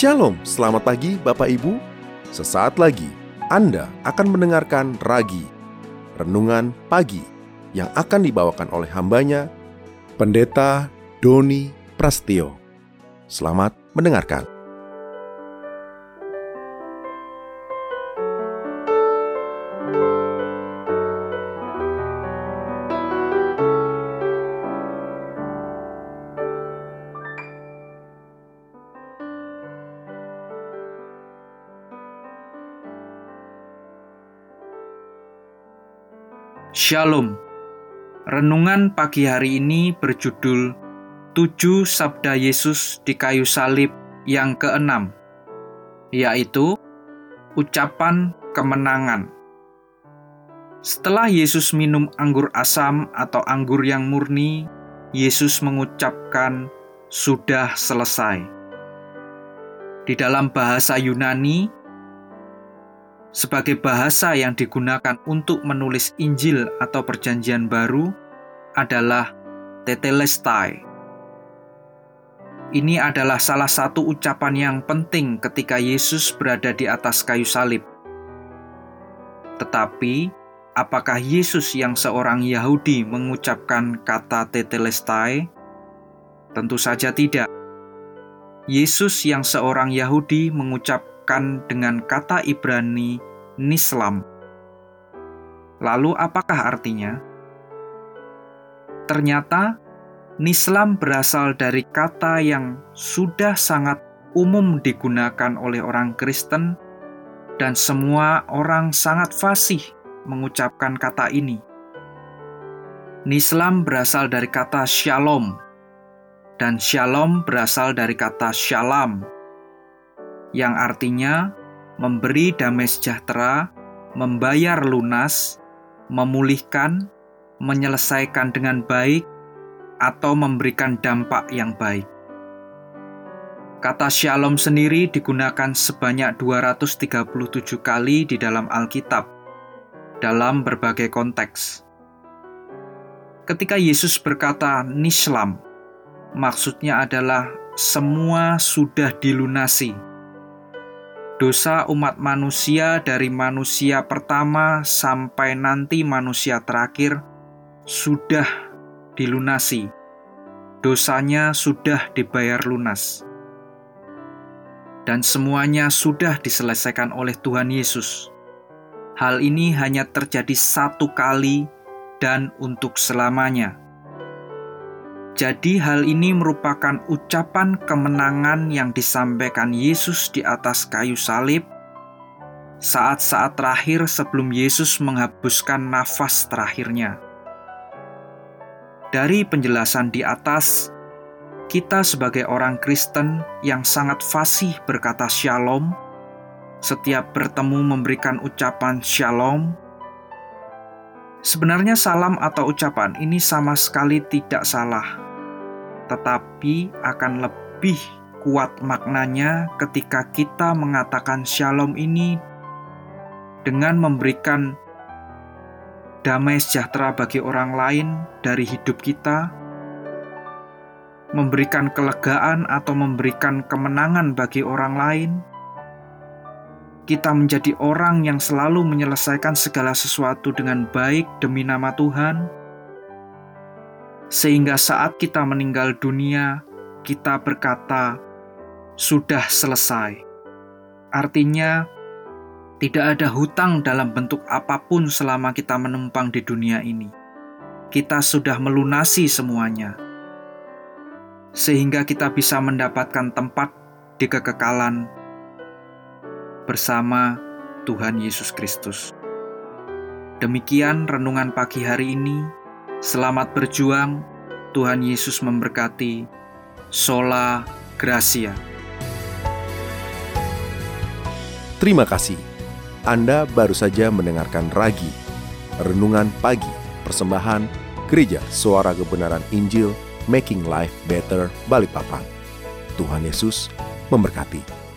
Shalom, selamat pagi Bapak Ibu. Sesaat lagi Anda akan mendengarkan Ragi, Renungan Pagi, yang akan dibawakan oleh hambanya, Pendeta Doni Prastio. Selamat mendengarkan. Shalom. Renungan pagi hari ini berjudul 7 Sabda Yesus di kayu salib yang ke-6, yaitu ucapan kemenangan. Setelah Yesus minum anggur asam atau anggur yang murni, Yesus mengucapkan, "Sudah selesai." Di dalam bahasa Yunani, sebagai bahasa yang digunakan untuk menulis Injil atau Perjanjian Baru adalah tetelestai. Ini adalah salah satu ucapan yang penting ketika Yesus berada di atas kayu salib. Tetapi, apakah Yesus yang seorang Yahudi mengucapkan kata tetelestai? Tentu saja tidak. Yesus yang seorang Yahudi mengucapkan dengan kata Ibrani nislam. Lalu apakah artinya? Ternyata nislam berasal dari kata yang sudah sangat umum digunakan oleh orang Kristen dan semua orang sangat fasih mengucapkan kata ini. Nislam berasal dari kata shalom dan shalom berasal dari kata shalom, yang artinya memberi damai sejahtera, membayar lunas, memulihkan, menyelesaikan dengan baik, atau memberikan dampak yang baik. Kata shalom sendiri digunakan sebanyak 237 kali di dalam Alkitab, dalam berbagai konteks. Ketika Yesus berkata nislam, maksudnya adalah semua sudah dilunasi. Dosa umat manusia dari manusia pertama sampai nanti manusia terakhir sudah dilunasi. Dosanya sudah dibayar lunas. Dan semuanya sudah diselesaikan oleh Tuhan Yesus. Hal ini hanya terjadi satu kali dan untuk selamanya. Jadi hal ini merupakan ucapan kemenangan yang disampaikan Yesus di atas kayu salib saat-saat terakhir sebelum Yesus menghembuskan nafas terakhirnya. Dari penjelasan di atas, kita sebagai orang Kristen yang sangat fasih berkata shalom, setiap bertemu memberikan ucapan shalom. Sebenarnya salam atau ucapan ini sama sekali tidak salah, tetapi akan lebih kuat maknanya ketika kita mengatakan shalom ini dengan memberikan damai sejahtera bagi orang lain dari hidup kita, memberikan kelegaan atau memberikan kemenangan bagi orang lain. Kita menjadi orang yang selalu menyelesaikan segala sesuatu dengan baik demi nama Tuhan, sehingga saat kita meninggal dunia, kita berkata, "Sudah selesai." Artinya, tidak ada hutang dalam bentuk apapun selama kita menumpang di dunia ini. Kita sudah melunasi semuanya, sehingga kita bisa mendapatkan tempat di kekekalan bersama Tuhan Yesus Kristus. Demikian renungan pagi hari ini. Selamat berjuang. Tuhan Yesus memberkati. Sola Gracia. Terima kasih. Anda baru saja mendengarkan Ragi, Renungan Pagi, persembahan Gereja Suara Kebenaran Injil, Making Life Better, Balikpapan. Tuhan Yesus memberkati.